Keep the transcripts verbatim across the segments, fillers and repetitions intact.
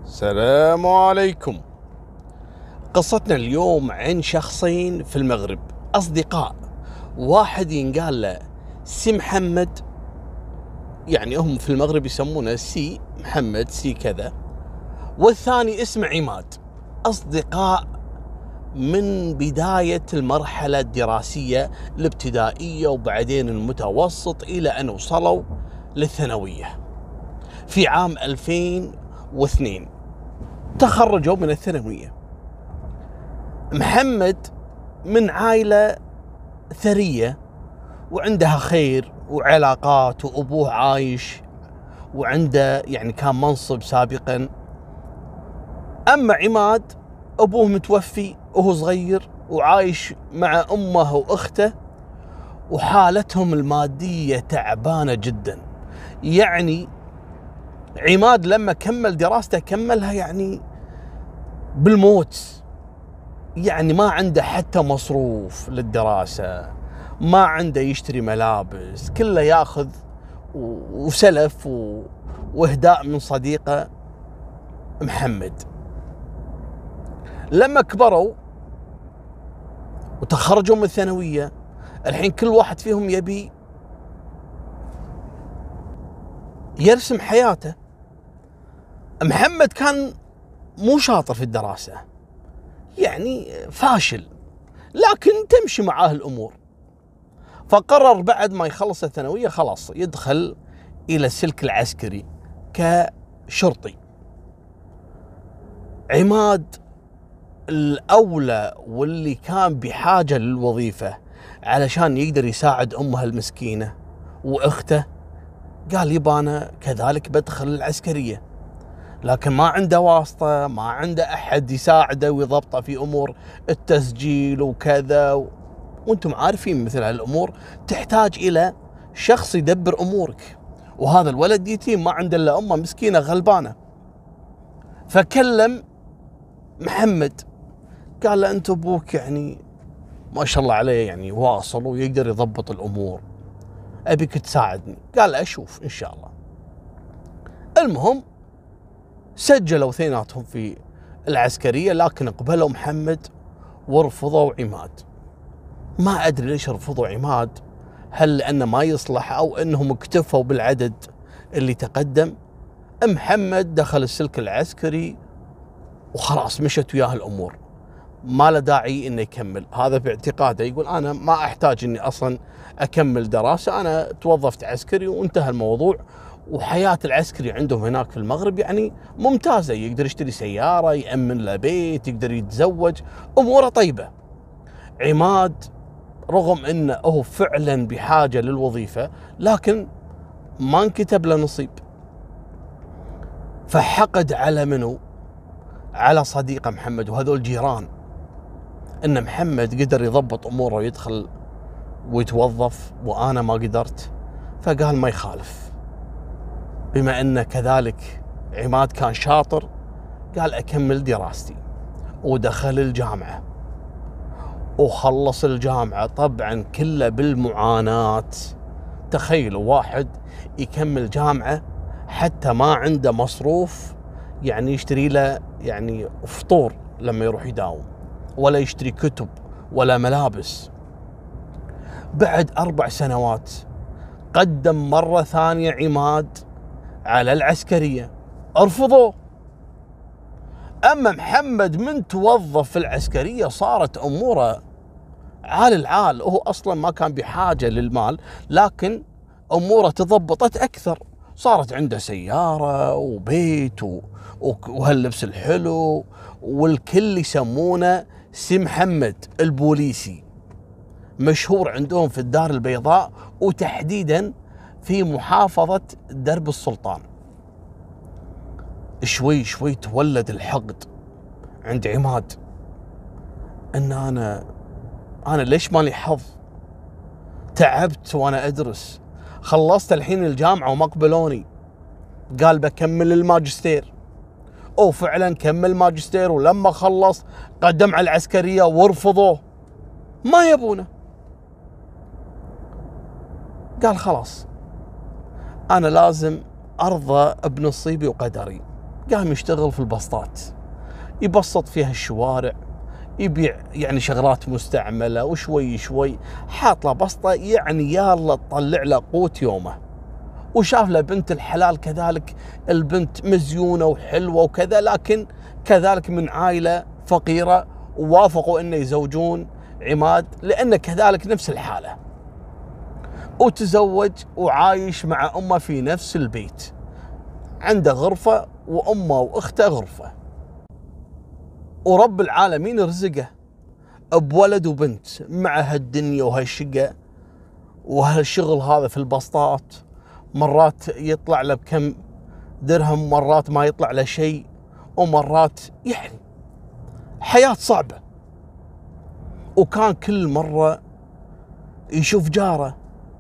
السلام عليكم. قصتنا اليوم عن شخصين في المغرب أصدقاء. واحد ينقال له سي محمد، يعني هم في المغرب يسمونه سي محمد سي كذا، والثاني اسمه عماد. أصدقاء من بداية المرحلة الدراسية الابتدائية وبعدين المتوسط إلى أن وصلوا للثانوية في عام ألفين واثنين. تخرجوا من الثانوية. محمد من عائلة ثرية وعندها خير وعلاقات، وأبوه عايش وعنده يعني كان منصب سابقا. أما عماد أبوه متوفي وهو صغير وعايش مع أمه وأخته، وحالتهم المادية تعبانة جدا. يعني عماد لما كمل دراسته كملها يعني بالموت، يعني ما عنده حتى مصروف للدراسة، ما عنده يشتري ملابس، كله ياخذ وسلف واهداء من صديقه محمد. لما كبروا وتخرجوا من الثانوية، الحين كل واحد فيهم يبي يرسم حياته. محمد كان مو شاطر في الدراسة، يعني فاشل، لكن تمشي معاه الأمور. فقرر بعد ما يخلص الثانوية خلاص يدخل إلى السلك العسكري كشرطي. عماد الأولى واللي كان بحاجة للوظيفة علشان يقدر يساعد أمه المسكينة وأخته، قال يبا أنا كذلك بدخل العسكرية، لكن ما عنده واسطة، ما عنده أحد يساعده ويضبطه في أمور التسجيل وكذا و... وانتم عارفين مثل هالأمور تحتاج إلى شخص يدبر أمورك، وهذا الولد يتيم ما عنده إلا أمه مسكينة غلبانة. فكلم محمد قال له أنت أبوك يعني ما شاء الله عليه يعني واصل ويقدر يضبط الأمور، أبيك تساعدني. قال أشوف إن شاء الله. المهم سجلوا اثنيناتهم في العسكرية، لكن قبلوا محمد ورفضوا عماد. ما أدري ليش رفضوا عماد، هل لأنه ما يصلح أو أنهم اكتفوا بالعدد اللي تقدم؟ محمد دخل السلك العسكري وخلاص مشت وياه الأمور، ما له داعي إنه يكمل. هذا باعتقاده، يقول أنا ما أحتاج إني أصلا أكمل دراسة، أنا توظفت عسكري وانتهى الموضوع. وحياة العسكري عندهم هناك في المغرب يعني ممتازة، يقدر يشتري سيارة، يأمن له بيت، يقدر يتزوج، أموره طيبة. عماد رغم أنه هو فعلا بحاجة للوظيفة، لكن ما انكتب له نصيب. فحقد على منو؟ على صديقه محمد، وهذول جيران، ان محمد قدر يضبط اموره ويدخل ويتوظف وانا ما قدرت. فقال ما يخالف، بما ان كذلك عماد كان شاطر، قال اكمل دراستي. ودخل الجامعة وخلص الجامعة، طبعا كله بالمعاناة. تخيلوا واحد يكمل جامعة حتى ما عنده مصروف يعني يشتري له يعني فطور لما يروح يداوم، ولا يشتري كتب ولا ملابس. بعد أربع سنوات قدم مرة ثانية عماد على العسكرية، ارفضوا. أما محمد من توظف في العسكرية صارت أموره عال العال، وهو أصلا ما كان بحاجة للمال، لكن أموره تضبطت أكثر. صارت عنده سيارة وبيت و... وهاللبس الحلو، والكل يسمونه سي محمد البوليسي، مشهور عندهم في الدار البيضاء وتحديدا في محافظة درب السلطان. شوي شوي تولد الحقد عند عماد، ان انا انا ليش مالي حظ؟ تعبت وانا ادرس، خلصت الحين الجامعة وما قبلوني. قال بكمل الماجستير، او فعلا كمل ماجستير، ولما خلص قدم على العسكرية ورفضوه، ما يبونه. قال خلاص انا لازم ارضى بنصيبي وقدري. قام يشتغل في البسطات، يبسط فيها الشوارع، يبيع يعني شغلات مستعملة، وشوي شوي حاط له بسطة يعني يلا تطلع له قوت يومه. وشاف له بنت الحلال كذلك، البنت مزيونة وحلوة وكذا، لكن كذلك من عائلة فقيرة، ووافقوا انه يزوجون عماد لانه كذلك نفس الحالة. وتزوج وعايش مع امه في نفس البيت، عنده غرفة وامه واخته غرفة. ورب العالمين رزقه بولد وبنت مع هالدنيا وهالشقة وهالشغل هذا في البسطات. مرات يطلع له بكم درهم، مرات ما يطلع له شيء، ومرات يعني حياة صعبة. وكان كل مرة يشوف جاره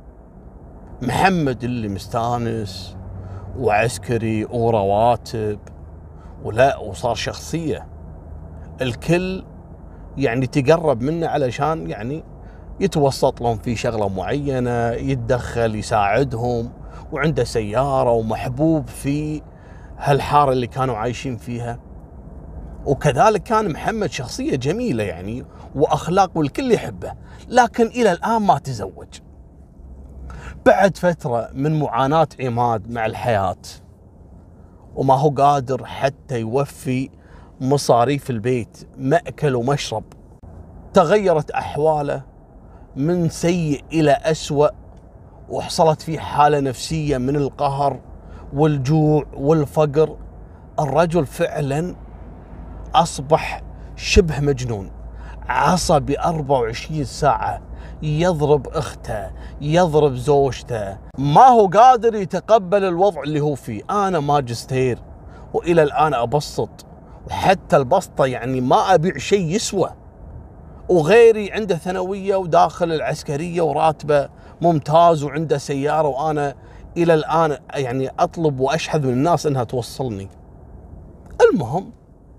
محمد اللي مستانس وعسكري ورواتب ولا، وصار شخصية الكل يعني تقرب منه علشان يعني يتوسط لهم في شغلة معينة، يتدخل يساعدهم، وعنده سيارة ومحبوب في هالحارة اللي كانوا عايشين فيها. وكذلك كان محمد شخصية جميلة يعني وأخلاق والكل يحبه، لكن إلى الآن ما تزوج. بعد فترة من معاناة عماد مع الحياة وما هو قادر حتى يوفي مصاريف البيت، مأكل ومشرب، تغيرت أحواله من سيء إلى أسوأ، وحصلت فيه حالة نفسية من القهر والجوع والفقر. الرجل فعلا أصبح شبه مجنون، عصبي أربعة وعشرين ساعة، يضرب أخته، يضرب زوجته، ما هو قادر يتقبل الوضع اللي هو فيه. أنا ماجستير وإلى الآن أبسط، وحتى البسطة يعني ما أبيع شيء يسوى، وغيري عنده ثانوية وداخل العسكرية وراتبه ممتاز وعنده سيارة، وأنا إلى الآن يعني أطلب وأشحذ من الناس أنها توصلني. المهم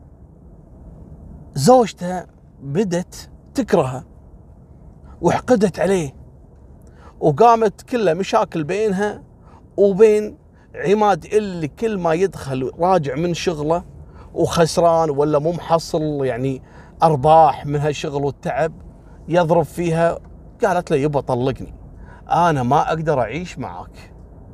زوجته بدت تكرهه وحقدت عليه، وقامت كلها مشاكل بينها وبين عماد، اللي كل ما يدخل راجع من شغله وخسران ولا مو محصل يعني أرباح من هالشغل والتعب يضرب فيها. قالت له يبا طلقني، أنا ما أقدر أعيش معاك.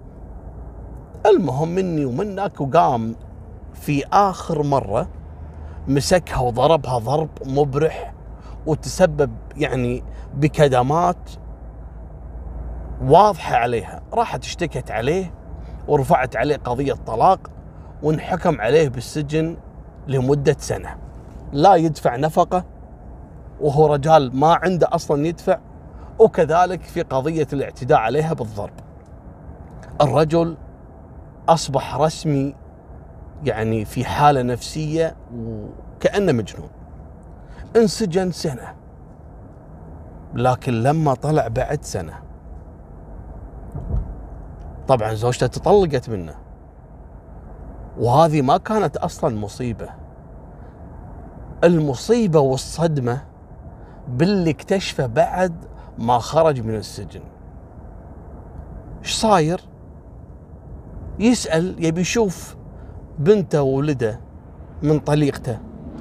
المهم مني ومنك، وقام في آخر مرة مسكها وضربها ضرب مبرح، وتسبب يعني بكدمات واضحة عليها. راحت اشتكت عليه ورفعت عليه قضية طلاق، وانحكم عليه بالسجن لمدة سنة، لا يدفع نفقة وهو رجال ما عنده أصلا يدفع، وكذلك في قضية الاعتداء عليها بالضرب. الرجل أصبح رسمي يعني في حالة نفسية وكأنه مجنون. انسجن سنة، لكن لما طلع بعد سنة طبعا زوجته تطلقت منه، وهذه ما كانت أصلا مصيبة. المصيبة والصدمة باللي اكتشفه بعد ما خرج من السجن. ايش صاير؟ يسأل يبي يشوف بنته وولده من طليقته.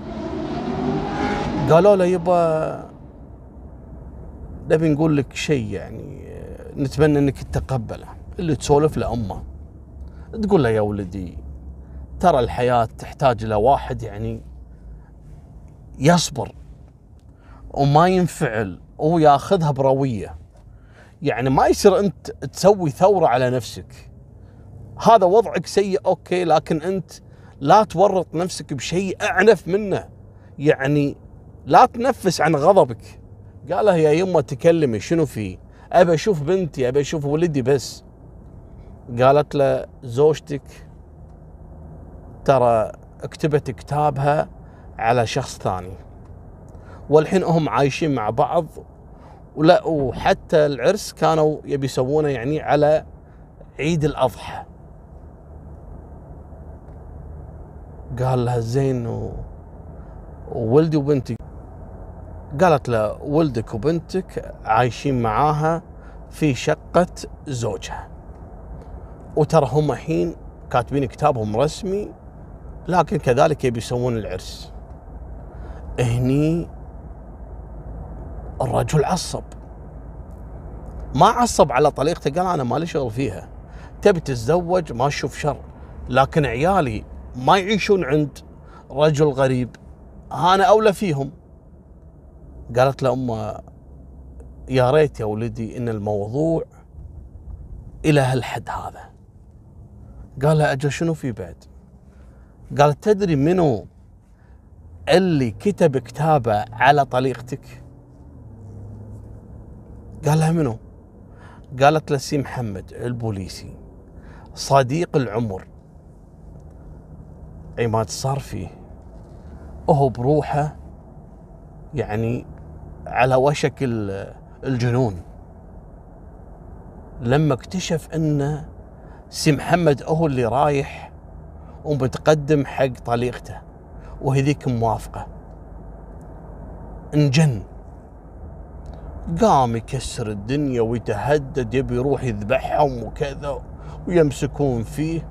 قالوا له يبا نبي نقول لك شيء يعني نتمنى انك تتقبله. اللي تسولف لأمه تقول له يا ولدي ترى الحياة تحتاج إلى واحد يعني يصبر وما ينفعل وياخذها بروية. يعني ما يصير أنت تسوي ثورة على نفسك، هذا وضعك سيء أوكي، لكن أنت لا تورط نفسك بشيء أعنف منه، يعني لا تنفس عن غضبك. قالها يا يمه تكلمي شنو فيه؟ أبى أشوف بنتي، أبى أشوف ولدي بس. قالت له زوجتك ترى اكتبت كتابها على شخص ثاني، والحين هم عايشين مع بعض، ولا وحتى العرس كانوا يبي يسوونه يعني على عيد الأضحى. قال لها زين و... وولدي وبنتي؟ قالت له ولدك وبنتك عايشين معاها في شقة زوجها، وترى هم الحين كاتبين كتابهم رسمي لكن كذلك يبي يسوون العرس. هني الرجل عصب، ما عصب على طليقته، قال أنا مالي شغل فيها، تبي تتزوج ما تشوف شر، لكن عيالي ما يعيشون عند رجل غريب، أنا أولى فيهم. قالت له أمه يا ريت يا ولدي إن الموضوع إلى هالحد هذا. قال لها أجل شنو في بعد؟ قالت تدري منو اللي كتب كتابه على طليقتك؟ قال لها منو؟ قالت له سي محمد البوليسي صديق العمر. عماد صار فيه وهو بروحه يعني على وشك الجنون لما اكتشف ان سي محمد هو اللي رايح ومتقدم حق طليقته وهذيك موافقة. انجن، قام يكسر الدنيا ويتهدد يبي يروح يذبحهم وكذا ويمسكون فيه.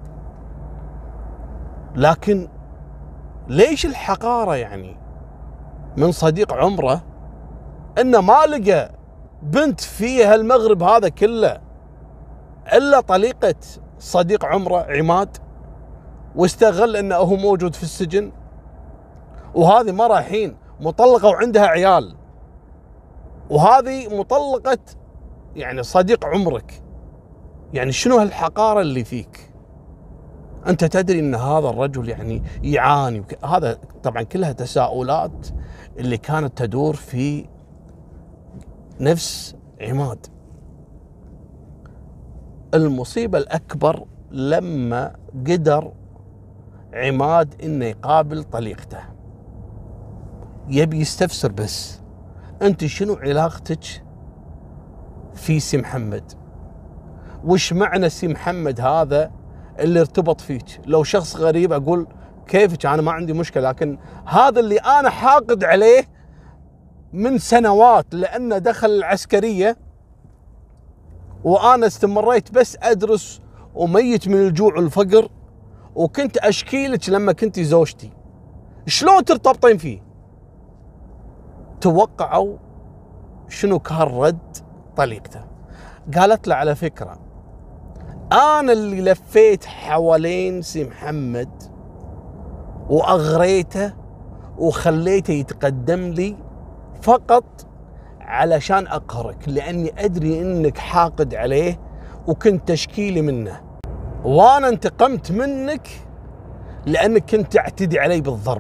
لكن ليش الحقارة يعني من صديق عمره انه ما لقى بنت فيها المغرب هذا كله الا طليقة صديق عمره عماد، واستغل انه هو موجود في السجن، وهذه مرة الحين مطلقة وعندها عيال، وهذه مطلقة يعني صديق عمرك. يعني شنو هالحقارة اللي فيك؟ أنت تدري أن هذا الرجل يعني يعاني وك... هذا طبعا كلها تساؤلات اللي كانت تدور في نفس عماد. المصيبة الأكبر لما قدر عماد إنه يقابل طليقته، يبي يستفسر بس أنت شنو علاقتك في سي محمد؟ وش معنى سي محمد هذا اللي ارتبط فيك؟ لو شخص غريب أقول كيفك أنا ما عندي مشكلة، لكن هذا اللي أنا حاقد عليه من سنوات لأنه دخل العسكرية وأنا استمريت بس أدرس وميت من الجوع والفقر، وكنت أشكيلك لما كنتي زوجتي، شلون ترتبطين فيه؟ توقعوا شنو كان رد طليقته؟ قالت له على فكرة أنا اللي لفيت حوالين سي محمد وأغريته وخليته يتقدم لي فقط علشان أقهرك، لأني أدري أنك حاقد عليه وكنت تشكيلي منه، وأنا انتقمت منك لأنك كنت تعتدي علي بالضرب.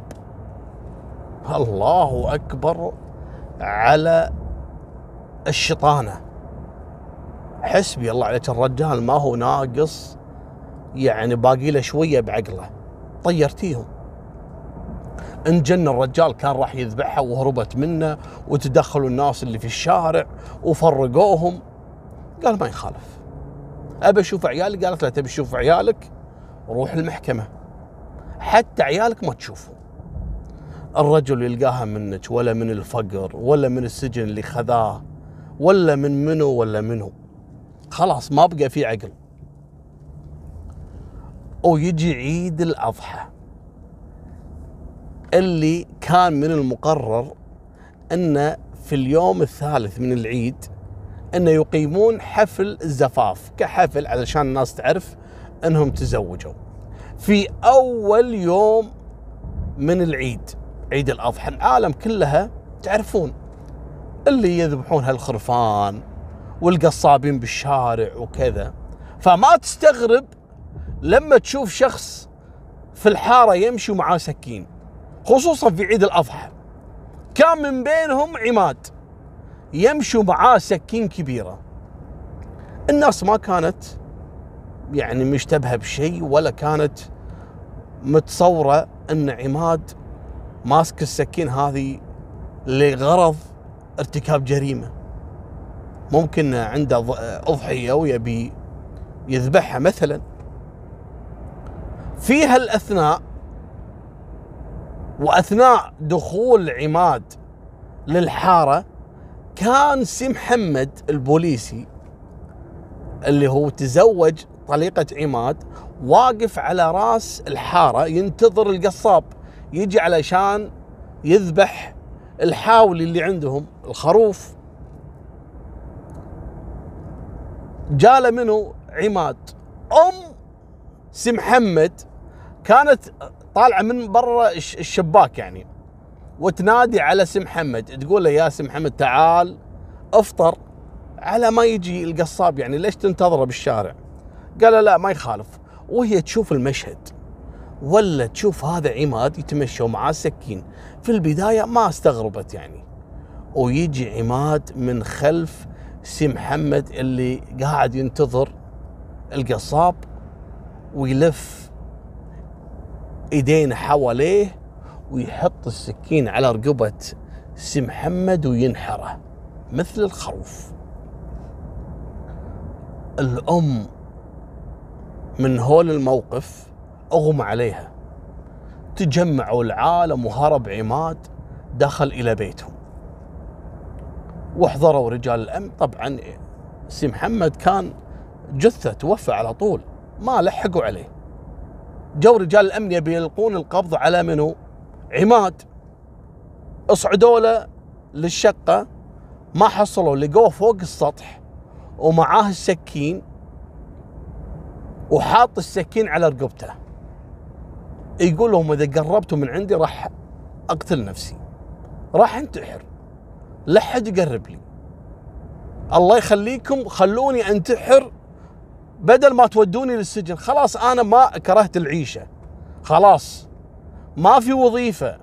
الله أكبر على الشيطانة. حسبي الله عليك، الرجال ما هو ناقص يعني باقي له شوية بعقله، طيرتيهم. انجن الرجال، كان راح يذبحها وهربت منه وتدخلوا الناس اللي في الشارع وفرقوهم. قال ما يخالف، أبي أشوف عيالي. قالت له تبي تشوف عيالك روح المحكمة، حتى عيالك ما تشوفهم. الرجل يلقاها منك ولا من الفقر ولا من السجن اللي خذاه ولا من منو ولا منو، خلاص ما بقى في عقل. ويجي عيد الأضحى اللي كان من المقرر أن في اليوم الثالث من العيد أن يقيمون حفل الزفاف كحفل علشان الناس تعرف أنهم تزوجوا. في أول يوم من العيد، عيد الأضحى، العالم كلها تعرفون اللي يذبحون هالخرفان والقصابين بالشارع وكذا، فما تستغرب لما تشوف شخص في الحارة يمشي معاه سكين، خصوصا في عيد الأضحى. كان من بينهم عماد يمشوا معاه سكين كبيرة. الناس ما كانت يعني مشتبهة بشيء ولا كانت متصورة أن عماد ماسك السكين هذه لغرض ارتكاب جريمة. ممكن عنده أضحية ويبي يذبحها مثلا. في هالأثناء وأثناء دخول عماد للحارة، كان سي محمد البوليسي اللي هو تزوج طليقة عماد واقف على راس الحارة ينتظر القصاب يجي علشان يذبح الحاولي اللي عندهم الخروف. جاله منه عماد. ام سي محمد كانت طالعه من برا الشباك يعني، وتنادي على سي محمد تقول له يا سي محمد تعال افطر على ما يجي القصاب، يعني ليش تنتظره بالشارع؟ قال لا ما يخالف. وهي تشوف المشهد ولا تشوف هذا عماد يتمشى ومعاه سكين، في البدايه ما استغربت يعني، ويجي عماد من خلف سي محمد اللي قاعد ينتظر القصاب ويلف ايدينه حواليه ويحط السكين على رقبة سي محمد وينحره مثل الخروف. الأم من هول الموقف أغمى عليها، تجمعوا العالم وهرب عماد دخل إلى بيتهم، واحضروا رجال الأمن. طبعا سي محمد كان جثة توفى على طول، ما لحقوا عليه. جو رجال الأمن يبي يلقون القبض على منو؟ عماد. اصعدوا له للشقة ما حصلوا، لقوه فوق السطح ومعاه السكين وحاط السكين على رقبته، يقول لهم إذا قربتوا من عندي راح أقتل نفسي، راح انتحر، لا حد يقرب لي، الله يخليكم خلوني انتحر بدل ما تودوني للسجن. خلاص أنا ما كرهت العيشة، خلاص ما في وظيفة،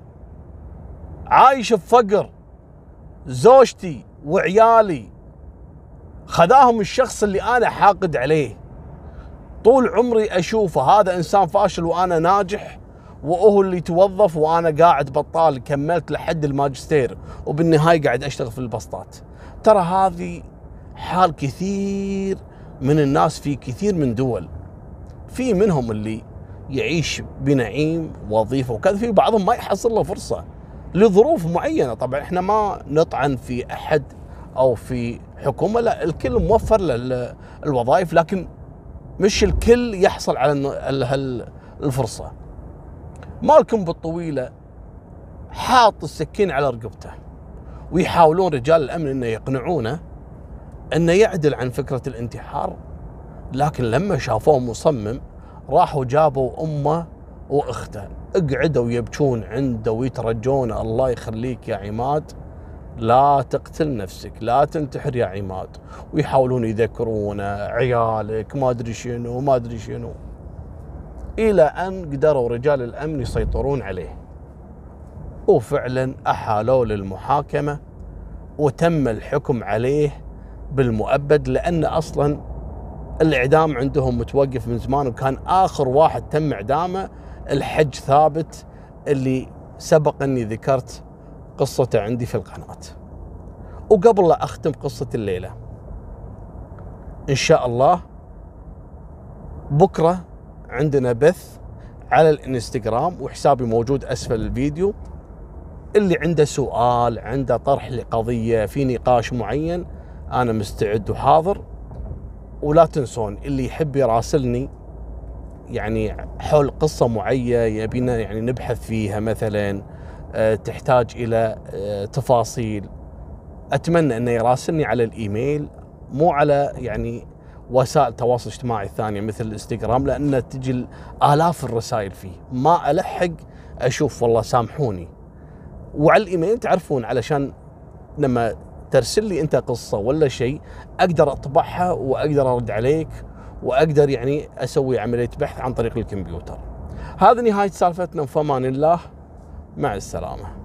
عايش بفقر، زوجتي وعيالي خذاهم الشخص اللي أنا حاقد عليه، طول عمري أشوفه هذا إنسان فاشل وأنا ناجح، وهو اللي توظف وأنا قاعد بطال، كملت لحد الماجستير وبالنهاية قاعد أشتغل في البسطات. ترى هذه حال كثير من الناس في كثير من دول، في منهم اللي يعيش بنعيم وظيفة وكذا، في بعضهم ما يحصل له فرصة لظروف معينة. طبعا احنا ما نطعن في أحد أو في حكومة، لا الكل موفر للوظائف، لكن مش الكل يحصل على الفرصة. مالكم بالطويلة حاط السكين على رقبته، ويحاولون رجال الأمن أنه يقنعونه أنه يعدل عن فكرة الانتحار، لكن لما شافوه مصمم راحوا جابوا أمه وأخته، اقعدوا يبكون عنده ويترجون الله يخليك يا عماد لا تقتل نفسك، لا تنتحر يا عماد، ويحاولون يذكرونه عيالك ما أدري شنو ما أدري شنو، إلى أن قدروا رجال الأمن يسيطرون عليه، وفعلا أحالوه للمحاكمة وتم الحكم عليه بالمؤبد، لأن أصلا الإعدام عندهم متوقف من زمان، وكان آخر واحد تم إعدامه الحج ثابت اللي سبق أني ذكرت قصته عندي في القناة. وقبل لا أختم قصة الليلة، إن شاء الله بكرة عندنا بث على الانستغرام وحسابي موجود أسفل الفيديو، اللي عنده سؤال، عنده طرح لقضية في نقاش معين، أنا مستعد وحاضر. ولا تنسون اللي يحب يراسلني يعني حول قصة معينة يبينا يعني نبحث فيها، مثلا تحتاج إلى تفاصيل، أتمنى أنه يراسلني على الإيميل، مو على يعني وسائل التواصل الاجتماعي الثانية مثل الانستغرام، لأن تجي آلاف الرسائل فيه ما ألحق أشوف، والله سامحوني. وعلى الإيميل تعرفون علشان لما ترسل لي أنت قصة ولا شيء أقدر أطبعها وأقدر أرد عليك وأقدر يعني أسوي عملية بحث عن طريق الكمبيوتر. هذه نهاية سالفتنا، وفمان الله، مع السلامة.